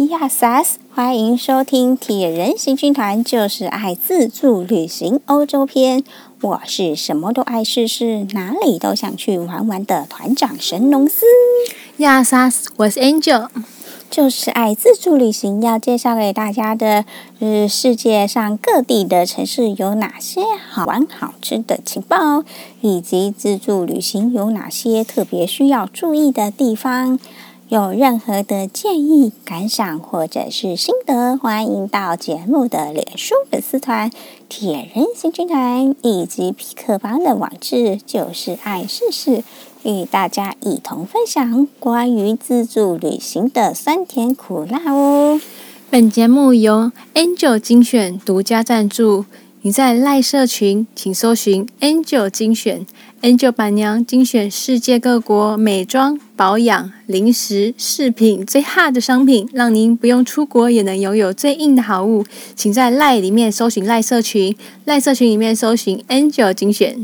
亚萨斯，欢迎收听铁人行军团，就是爱自助旅行欧洲篇。我是什么都爱试试，哪里都想去玩玩的团长神农斯。 亚萨斯，我是 Angel。 就是爱自助旅行，要介绍给大家的是世界上各地的城市有哪些好玩好吃的情报，以及自助旅行有哪些特别需要注意的地方。有任何的建议、感想或者是心得，欢迎到节目的脸书粉丝团铁人行军团以及匹克邦的网志就是爱试试，与大家一同分享关于自助旅行的酸甜苦辣哦。 本节目由 Angel 精选独家赞助。你在赖社群请搜寻 Angel 精选 Angel 板娘精选世界各国美妆、保养、零食、饰品最 hot 的商品，让您不用出国也能拥有最硬的好物。请在赖里面搜寻赖社群，赖社群里面搜寻 Angel 精选。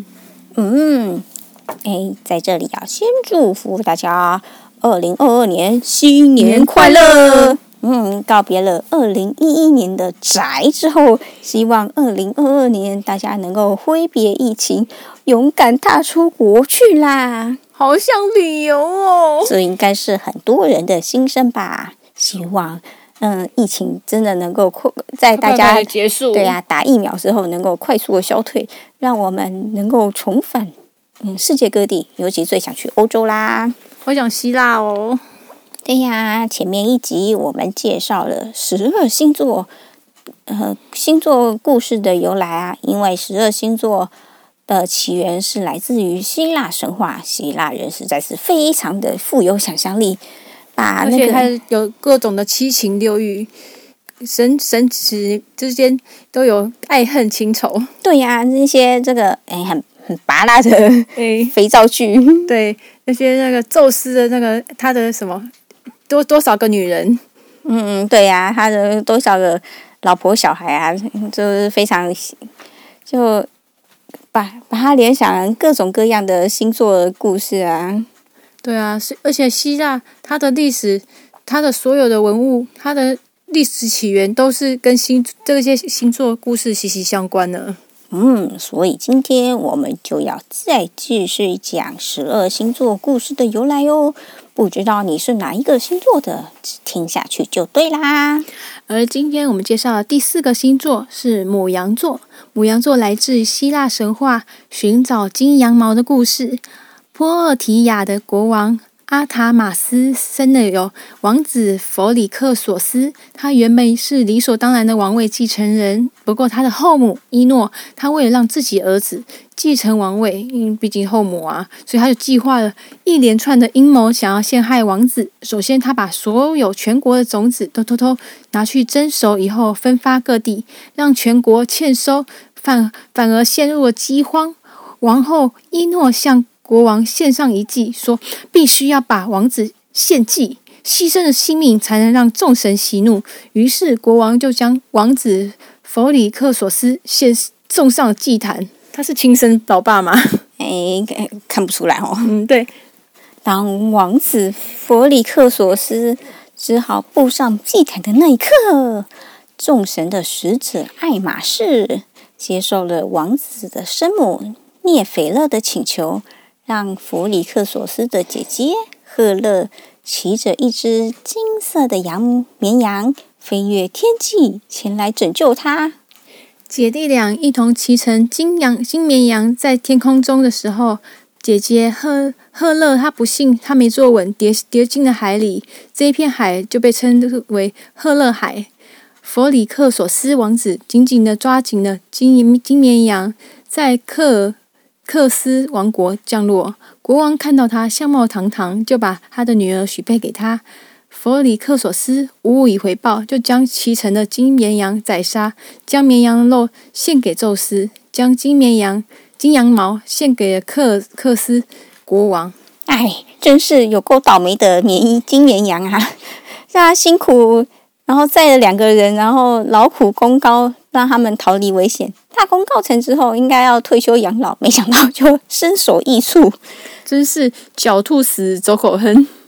在这里要先祝福大家2022年新年快乐。告别了2011年的宅之后，希望2022年大家能够挥别疫情，勇敢踏出国去啦！ 好想旅游哦！ 这应该是很多人的心声吧？希望疫情真的能够在大家结束， 打疫苗之后能够快速的消退，让我们能够重返世界各地，尤其最想去欧洲啦！ 我想希腊哦。 对呀，前面一集我们介绍了12星座，星座故事的由来啊。因为12星座的起源是来自于希腊神话，希腊人实在是非常的富有想象力， 而且它有各种的七情六欲，神祇之间都有爱恨情仇。 对呀，那些很拔辣的肥皂剧， 对，那些宙斯的他的什么。多少个女人？ 对呀，他的多少个老婆小孩啊，就是非常就把他联想各种各样的星座的故事啊。 对啊，而且希腊它的历史，它的所有的文物，它的历史起源都是跟这些星座故事息息相关的。 所以今天我们就要再继续讲12星座故事的由来哦。不知道你是哪一个星座的，听下去就对啦。 而今天我们介绍的第4个星座是牡羊座。牡羊座来自希腊神话寻找金羊毛的故事。波尔提亚的国王阿塔马斯生了有王子弗里克索斯，他原本是理所当然的王位继承人。不过他的后母伊诺，他为了让自己儿子继承王位，因为毕竟后母啊，所以他就计划了一连串的阴谋，想要陷害王子。首先他把所有全国的种子都偷偷拿去蒸熟以后分发各地，让全国欠收，反而陷入了饥荒。王后伊诺向国王献上一计，说必须要把王子献祭，牺牲了性命才能让众神息怒。于是国王就将王子弗里克索斯送上祭坛。他是亲生老爸吗？ 看不出来哦。 对。 当王子弗里克索斯只好步上祭坛的那一刻，众神的使者爱马仕接受了王子的生母涅斐勒的请求，让弗里克索斯的姐姐赫勒骑着一只金色的绵羊飞越天际，前来拯救他。 姐弟俩一同骑乘金绵羊在天空中的时候，姐姐赫勒她不幸她没坐稳，跌进了海里，这一片海就被称为赫勒海。弗里克索斯王子紧紧地抓紧了金绵羊，在克斯王国降落。国王看到他相貌堂堂，就把他的女儿许配给他。弗里克索斯无物以回报，就将骑乘的金绵羊宰杀，将绵羊肉献给宙斯，将金羊毛献给了克斯国王。 真是有够倒霉的金绵羊啊！让他辛苦，然后载了2个人，然后劳苦功高，让他们逃离危险。大功告成之后，应该要退休养老，没想到就身首异处， 真是狡兔死，走狗烹。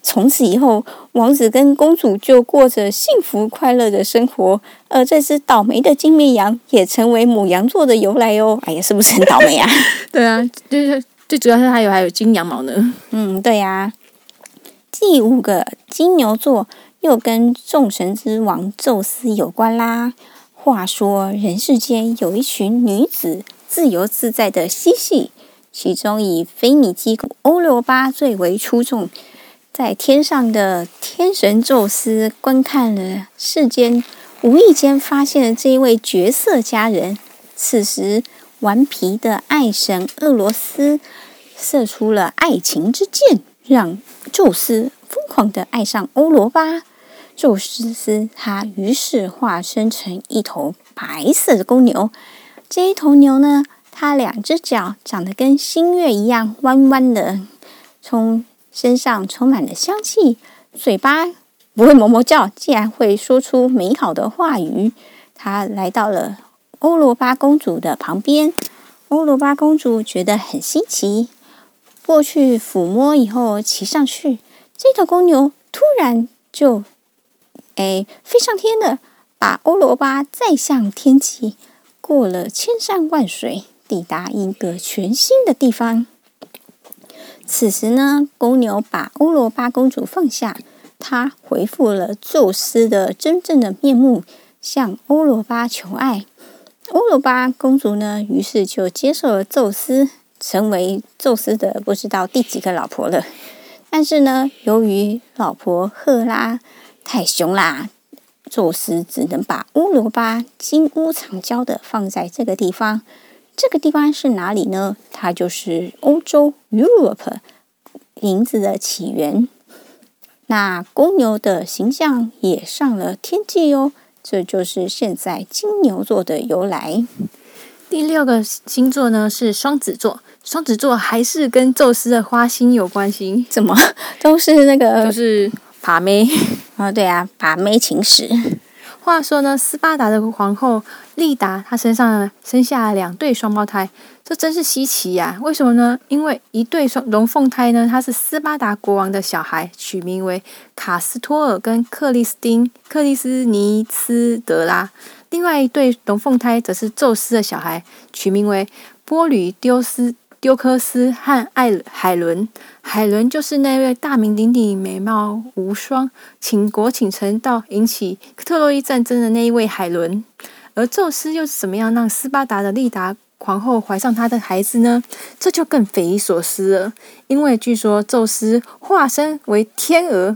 从此以后，王子跟公主就过着幸福快乐的生活，而这只倒霉的金绵羊也成为牡羊座的由来哦。哎呀，是不是很倒霉啊？ 对啊，就是最主要是还有金羊毛呢。 对呀。第5个金牛座又跟众神之王宙斯有关啦。话说人世间有一群女子自由自在的嬉戏，其中以腓尼基欧罗巴最为出众。在天上的天神宙斯观看了世间，无意间发现了这一位绝色佳人。此时顽皮的爱神俄罗斯射出了爱情之箭，让宙斯疯狂地爱上欧罗巴。宙斯他于是化身成一头白色的公牛。这一头牛呢，它2只脚长得跟新月一样弯弯的，从身上充满了香气，嘴巴不会哞哞叫，竟然会说出美好的话语。它来到了欧罗巴公主的旁边，欧罗巴公主觉得很稀奇，过去抚摸以后骑上去，这头公牛突然就飞上天了，把欧罗巴载向天际，过了千山万水，抵达一个全新的地方。此时呢，公牛把欧罗巴公主放下，她回复了宙斯的真正的面目，向欧罗巴求爱。欧罗巴公主呢，于是就接受了宙斯，成为宙斯的不知道第几个老婆了。但是呢，由于老婆赫拉太凶啦，宙斯只能把欧罗巴金屋藏娇的放在这个地方。这个地方是哪里呢？它就是欧洲 Europe 名字的起源。那公牛的形象也上了天际哦，这就是现在金牛座的由来。 第6个星座呢是双子座，双子座还是跟宙斯的花心有关系？ 怎么都是那个？ 就是把妹对啊，把妹情史。 话说呢，斯巴达的皇后丽达，她身上生下了2对双胞胎，这真是稀奇呀！为什么呢？因为一对龙凤胎呢，它是斯巴达国王的小孩，取名为卡斯托尔跟克里斯尼斯德拉；另外一对龙凤胎则是宙斯的小孩，取名为波吕丢科斯和海伦。海伦就是那位大名鼎鼎、美貌无双、倾国倾城到引起特洛伊战争的那一位海伦。而宙斯又是怎么样让斯巴达的丽达皇后怀上他的孩子呢？这就更匪夷所思了。因为据说宙斯化身为天鹅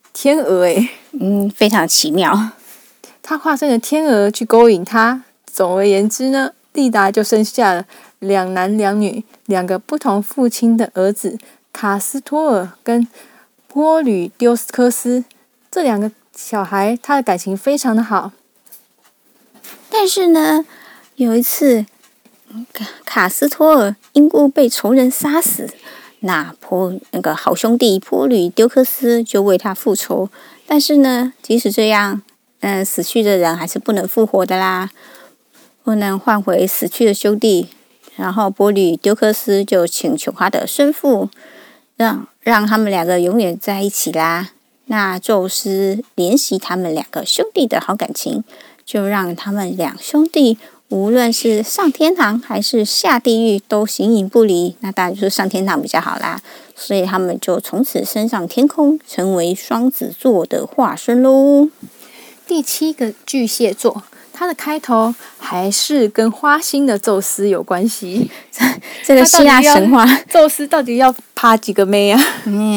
非常奇妙。 他化身了天鹅去勾引他。总而言之呢，丽达就生下了2男2女2个不同父亲的儿子，卡斯托尔跟波吕丢科斯。这2个小孩他的感情非常的好。 但是呢，有一次卡斯托尔因故被仇人杀死，那个好兄弟波吕丢科斯就为他复仇。但是呢，即使这样，死去的人还是不能复活的啦，不能换回死去的兄弟。然后波吕丢科斯就请求他的生父，让他们2个永远在一起啦。那宙斯怜惜他们2个兄弟的好感情，就让他们2兄弟无论是上天堂还是下地狱都形影不离。那当然就是上天堂比较好啦，所以他们就从此升上天空，成为双子座的化身咯。 第7个巨蟹座，它的开头还是跟花心的宙斯有关系。 这个希腊神话， 宙斯到底要趴几个妹啊？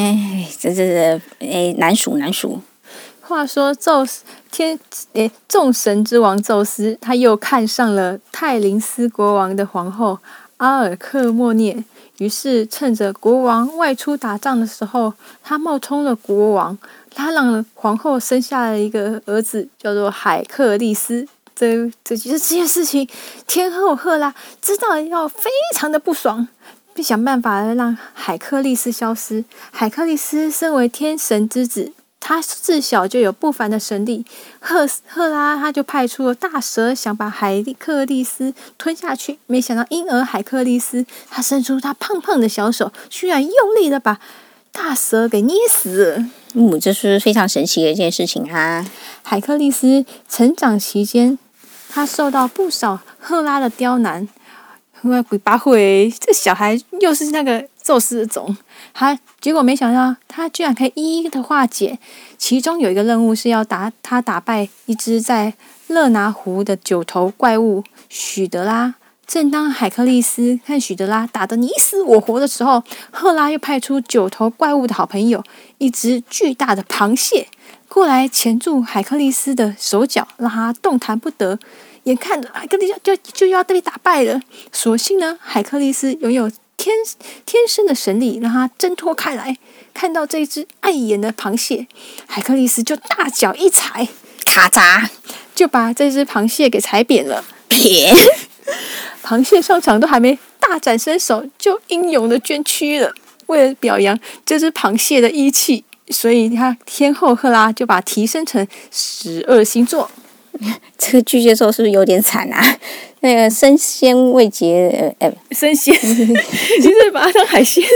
难数。 话说众神之王宙斯，他又看上了泰林斯国王的皇后阿尔克莫涅，于是趁着国王外出打仗的时候，他冒充了国王，他让皇后生下了一个儿子，叫做海克力斯。这件事情，天后赫拉知道要非常的不爽，并想办法让海克力斯消失。海克力斯身为天神之子，他自小就有不凡的神力。赫拉他就派出了大蛇，想把海克力斯吞下去。没想到因而海克力斯他伸出他胖胖的小手，居然用力的把大蛇给捏死了。 这是非常神奇的一件事情啊！ 海克力斯成长期间，他受到不少赫拉的刁难。鬼八会，这小孩又是那个宙斯的种，结果没想到他居然可以一一的化解。其中有一个任务是要打败一只在勒拿湖的9头怪物许德拉。正当海克力斯和许德拉打得你死我活的时候，赫拉又派出9头怪物的好朋友一只巨大的螃蟹过来钳住海克力斯的手脚，让他动弹不得。眼看着海克力斯就要被打败了，所幸呢，海克力斯拥有天生的神力，让他挣脱开来。看到这只碍眼的螃蟹，海克力斯就大脚一踩， 咔嚓， 就把这只螃蟹给踩扁了。 扁！ 螃蟹上场都还没大展身手，就英勇的捐躯了。为了表扬这只螃蟹的义气，所以天后赫拉就把它提升成12星座。 这个巨蟹座是不是有点惨啊？那个身鲜未竭， 生鲜，你是把它当海鲜？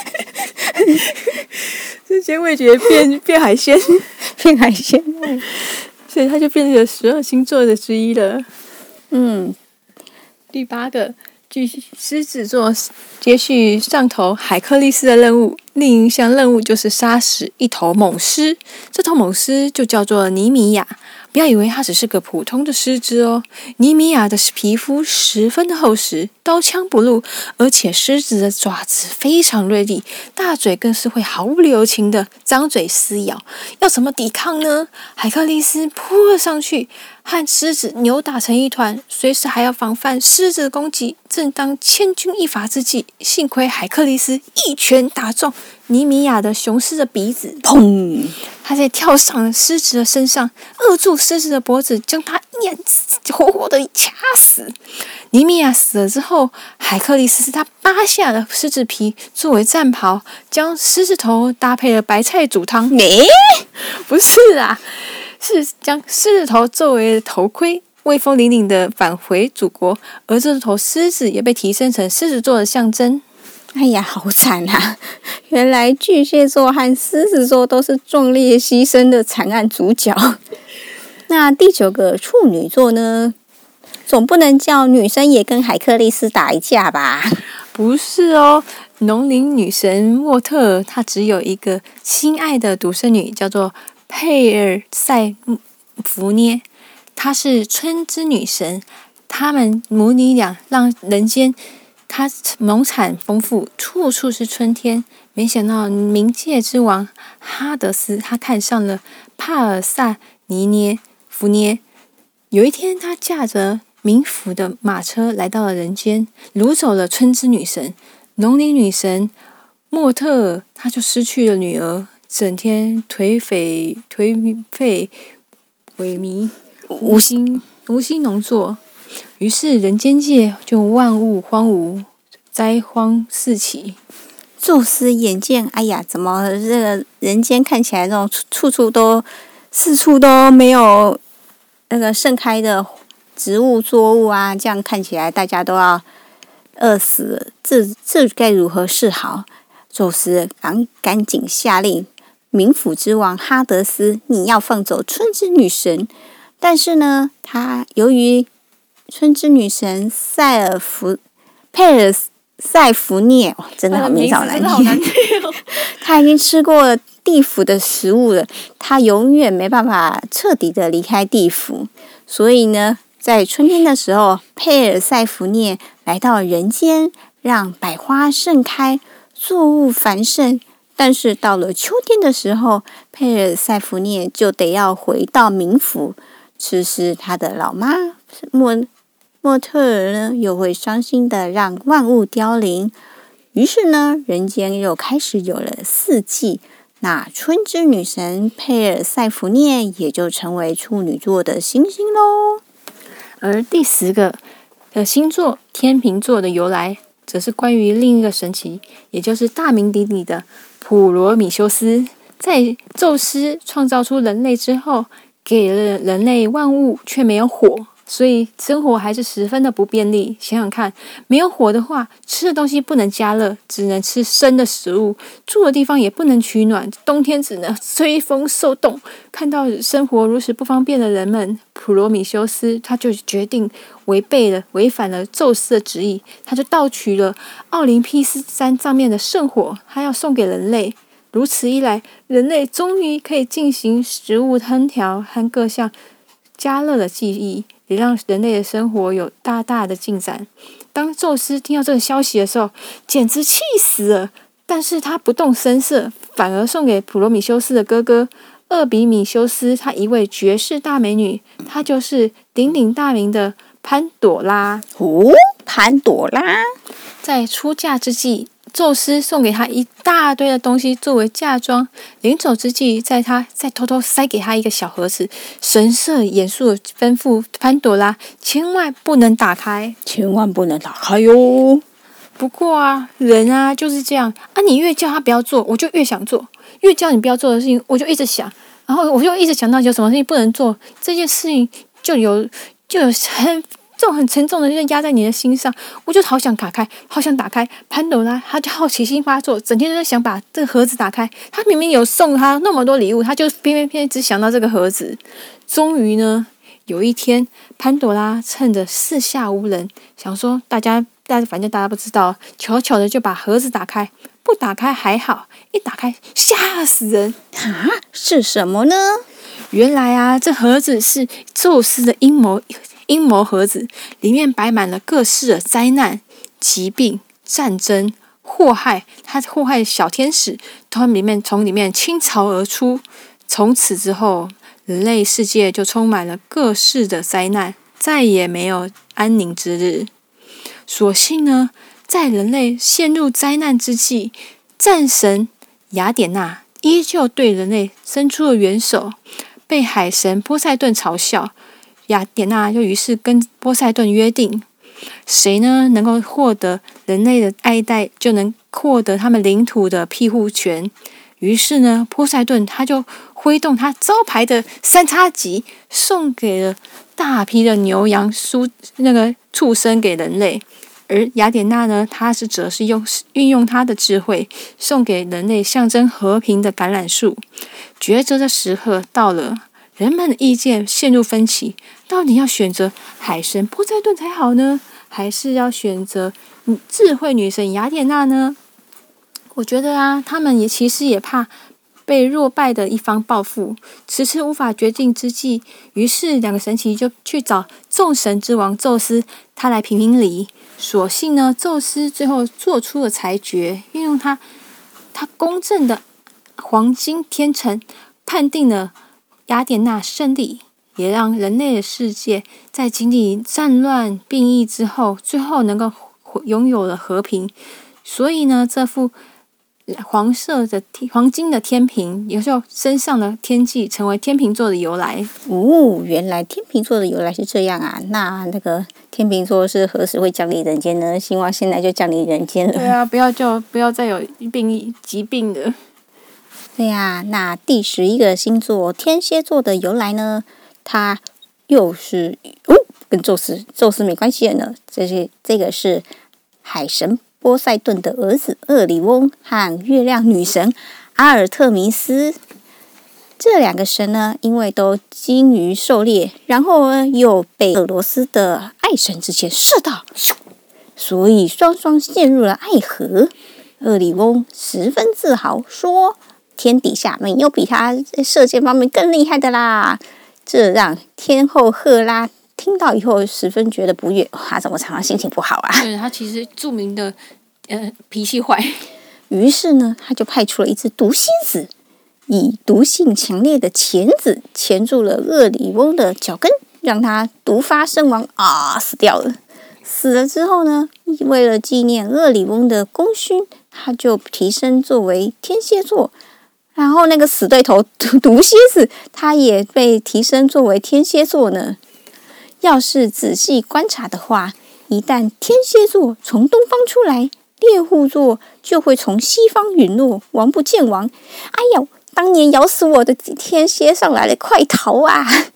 身鲜未竭变海鲜， 变海鲜， 所以它就变成12星座的之一了。第8个，狮子座接续上头海克力斯的任务，另一项任务就是杀死一头猛狮。这头猛狮就叫做尼米亚。不要以为它只是个普通的狮子哦，尼米亚的皮肤十分的厚实，刀枪不入，而且狮子的爪子非常锐利，大嘴更是会毫不留情的张嘴撕咬。要怎么抵抗呢？海克力斯扑了上去，和狮子扭打成一团，随时还要防范狮子的攻击。正当千钧一发之际，幸亏海克力斯一拳打中尼米亚的雄狮的鼻子，砰！他才跳上了狮子的身上，扼住狮子的脖子，将它活活的掐死。尼米亚死了之后，海克力斯他扒下了狮子皮作为战袍，将狮子头搭配了白菜煮汤。不是啊，是将狮子头作为头盔，威风凛凛的返回祖国。而这头狮子也被提升成狮子座的象征。 哎呀，好惨啊！原来巨蟹座和狮子座都是壮烈牺牲的惨案主角。那第9个处女座呢？总不能叫女生也跟海克力斯打一架吧？ 不是哦，农林女神莫特尔她只有一个心爱的独生女，叫做佩尔塞福涅，她是春之女神。她们母女俩让人间它农产丰富，处处是春天。没想到冥界之王哈德斯，他看上了帕尔萨尼福涅。有一天，他驾着冥府的马车来到了人间，掳走了春之女神。农林女神莫特尔，她就失去了女儿，整天颓废萎靡，无心农作。于是人间界就万物荒芜，灾荒四起。 宙斯眼见，哎呀，怎么这个人间看起来那种四处都没有那个盛开的植物作物啊，这样看起来大家都要饿死了，这该如何是好？宙斯赶紧下令，冥府之王哈德斯，你要放走春之女神。但是呢，他由于春之女神佩尔塞福涅，真的好名字好难听，他已经吃过地府的食物了，他永远没办法彻底的离开地府。所以呢，在春天的时候，佩尔塞福涅来到人间，让百花盛开，作物繁盛。但是到了秋天的时候，佩尔塞福涅就得要回到冥府。此时他的老妈莫特尔呢，又会伤心的让万物凋零。于是呢，人间又开始有了四季。那春之女神佩尔塞福涅也就成为处女座的星星喽。 而第10个的星座天秤座的由来，则是关于另一个神奇，也就是大名鼎鼎的普罗米修斯。在宙斯创造出人类之后，给了人类万物，却没有火， 所以生活还是十分的不便利。想想看，没有火的话，吃的东西不能加热，只能吃生的食物，住的地方也不能取暖，冬天只能吹风受冻。看到生活如此不方便的人们，普罗米修斯他就决定违反了宙斯的旨意，他就盗取了奥林匹斯山上面的圣火，他要送给人类。如此一来，人类终于可以进行食物烹调和各项加热的技艺，也让人类的生活有大大的进展。当宙斯听到这个消息的时候，简直气死了，但是他不动声色，反而送给普罗米修斯的哥哥厄比米修斯他一位绝世大美女，她就是鼎鼎大名的潘朵拉。 潘朵拉在出嫁之际，宙斯送给她一大堆的东西作为嫁妆，临走之际，再偷偷塞给她一个小盒子，神色严肃地吩咐潘朵拉千万不能打开， 哟。 不过啊，人啊就是这样啊，你越叫他不要做，我就越想做；越叫你不要做的事情，我就一直想，然后我就一直想到有什么事情不能做，这件事情就有很沉重的就压在你的心上，我就好想打开。潘朵拉她就好奇心发作，整天都在想把这个盒子打开。她明明有送她那么多礼物，她就偏只想到这个盒子。终于呢，有一天，潘朵拉趁着四下无人，想说反正大家不知道，悄悄的就把盒子打开。不打开还好，一打开吓死人！ 是什么呢？ 原来啊，这盒子是宙斯的阴谋盒子，里面摆满了各式的灾难、疾病、战争、祸害。他祸害的小天使从里面倾巢而出。从此之后，人类世界就充满了各式的灾难，再也没有安宁之日。所幸呢，在人类陷入灾难之际，战神雅典娜依旧对人类伸出了援手，被海神波塞顿嘲笑。雅典娜就于是跟波塞顿约定，谁呢能够获得人类的爱戴，就能获得他们领土的庇护权。于是呢，波塞顿他就挥动他招牌的三叉戟，送给了大批的牛羊畜生给人类。而雅典娜呢，她则是运用她的智慧，送给人类象征和平的橄榄树。抉择的时刻到了，人们的意见陷入分歧，到底要选择海神波塞顿才好呢，还是要选择智慧女神雅典娜呢？我觉得啊，他们其实也怕被弱败的一方报复，迟迟无法决定之际，于是两个神奇就去找众神之王宙斯，他来评理。所幸呢，宙斯最后做出了裁决，运用他公正的黄金天秤，判定了雅典娜胜利，也让人类的世界在经历战乱变异之后，最后能够拥有了和平。所以呢，这副黄金的天平也就升上了天际，成为天秤座的由来。 原来天秤座的由来是这样啊！那个天秤座是何时会降临人间呢？希望现在就降临人间了。 对啊，不要再有疾病了。 对啊，那第11个星座天蝎座的由来呢？它又是跟宙斯没关系的呢。这个是海神波塞顿的儿子厄里翁和月亮女神阿尔特弥斯。这两个神呢，因为都精于狩猎，然后呢又被俄罗斯的爱神之箭射到，所以双双陷入了爱河。厄里翁十分自豪，说天底下没有比他射箭方面更厉害的啦。这让天后赫拉听到以后十分觉得不悦，他怎么常常心情不好啊？ 对，他其实著名的脾气坏。 于是呢，他就派出了一只毒蝎子，以毒性强烈的钳子钳住了厄里翁的脚跟，让他毒发身亡死掉了。死了之后呢，为了纪念厄里翁的功勋，他就提升作为天蝎座。然后那个死对头毒蝎子，他也被提升作为天蝎座呢。要是仔细观察的话，一旦天蝎座从东方出来，猎户座就会从西方陨落，王不见王。哎呦，当年咬死我的天蝎上来了，快逃啊！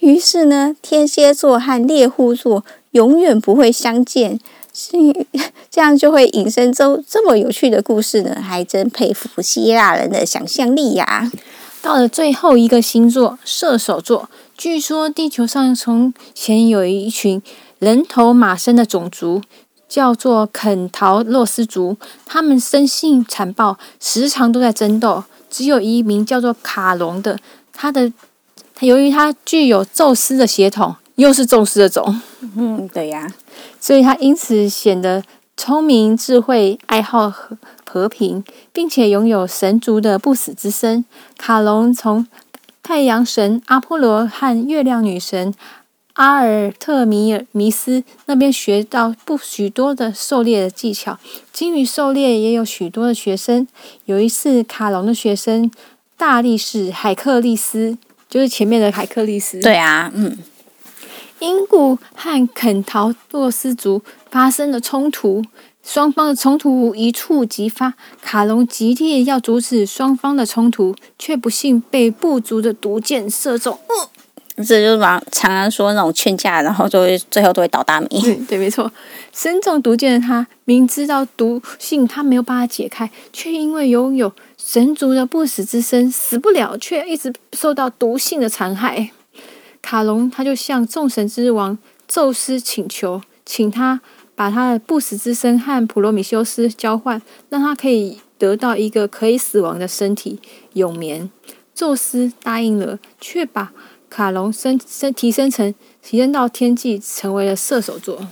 于是呢，天蝎座和猎户座永远不会相见，这样就会引申出这么有趣的故事呢，还真佩服希腊人的想象力呀。 到了最后一个星座射手座，据说地球上从前有一群人头马身的种族，叫做肯陶洛斯族，他们生性残暴，时常都在争斗。只有一名叫做卡隆的，由于他具有宙斯的血统，又是宙斯的种， 对呀， 所以他因此显得聪明、智慧、爱好和平，并且拥有神族的不死之身。卡隆从太阳神阿波罗和月亮女神阿尔特弥斯那边学到许多的狩猎的技巧。精于狩猎也有许多的学生。有一次，卡隆的学生大力士海克利斯，就是前面的海克利斯， 对啊， 因故和肯陶洛斯族发生了冲突，双方的冲突一触即发。卡隆极力要阻止双方的冲突，却不幸被部族的毒箭射中。 这就是常常说那种劝架，然后最后都会倒大霉。 对，没错。身中毒箭的他，明知道毒性他没有办法解开，却因为拥有神族的不死之身，死不了，却一直受到毒性的残害。卡隆他就向众神之王宙斯请求，请他把他的不死之身和普罗米修斯交换，让他可以得到一个可以死亡的身体，永眠。宙斯答应了，却把卡隆提升到天际，成为了射手座。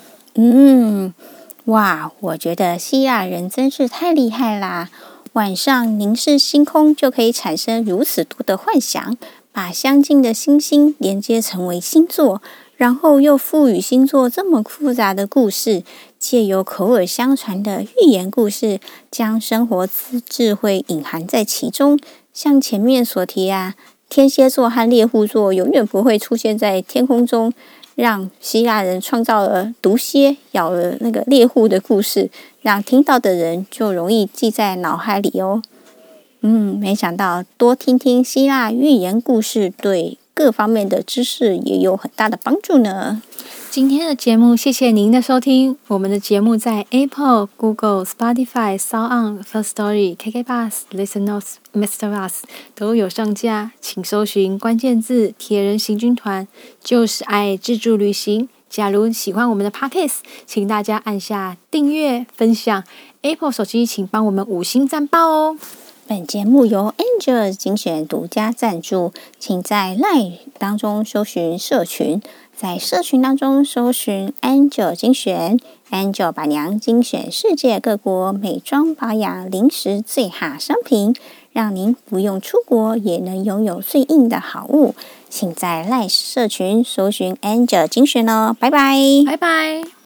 哇，我觉得希腊人真是太厉害啦！晚上凝视星空，就可以产生如此多的幻想，把相近的星星连接成为星座，然后又赋予星座这么复杂的故事，借由口耳相传的寓言故事，将生活智慧隐含在其中。像前面所提啊，天蝎座和猎户座永远不会出现在天空中，让希腊人创造了毒蝎咬了那个猎户的故事，让听到的人就容易记在脑海里哦。没想到多听听希腊寓言故事，对各方面的知识也有很大的帮助呢。 今天的节目，谢谢您的收听。我们的节目在 Apple、Google、Spotify、SoundOn、Firstory、KKBOX、Listen Notes、Mr. Bus 都有上架，请搜寻关键字“铁人行军团”，就是爱自助旅行。假如喜欢我们的 Podcast， 请大家按下订阅、分享。Apple 手机请帮我们5星赞爆哦。 本节目由 Angel 精选独家赞助，请在 LINE 当中搜寻社群，在社群当中搜寻 Angel 精选 ，Angel 板娘精选世界各国美妆保养零食最好商品，让您不用出国也能拥有最硬的好物。请在 LINE 社群搜寻 Angel 精选哦，拜拜， 拜拜。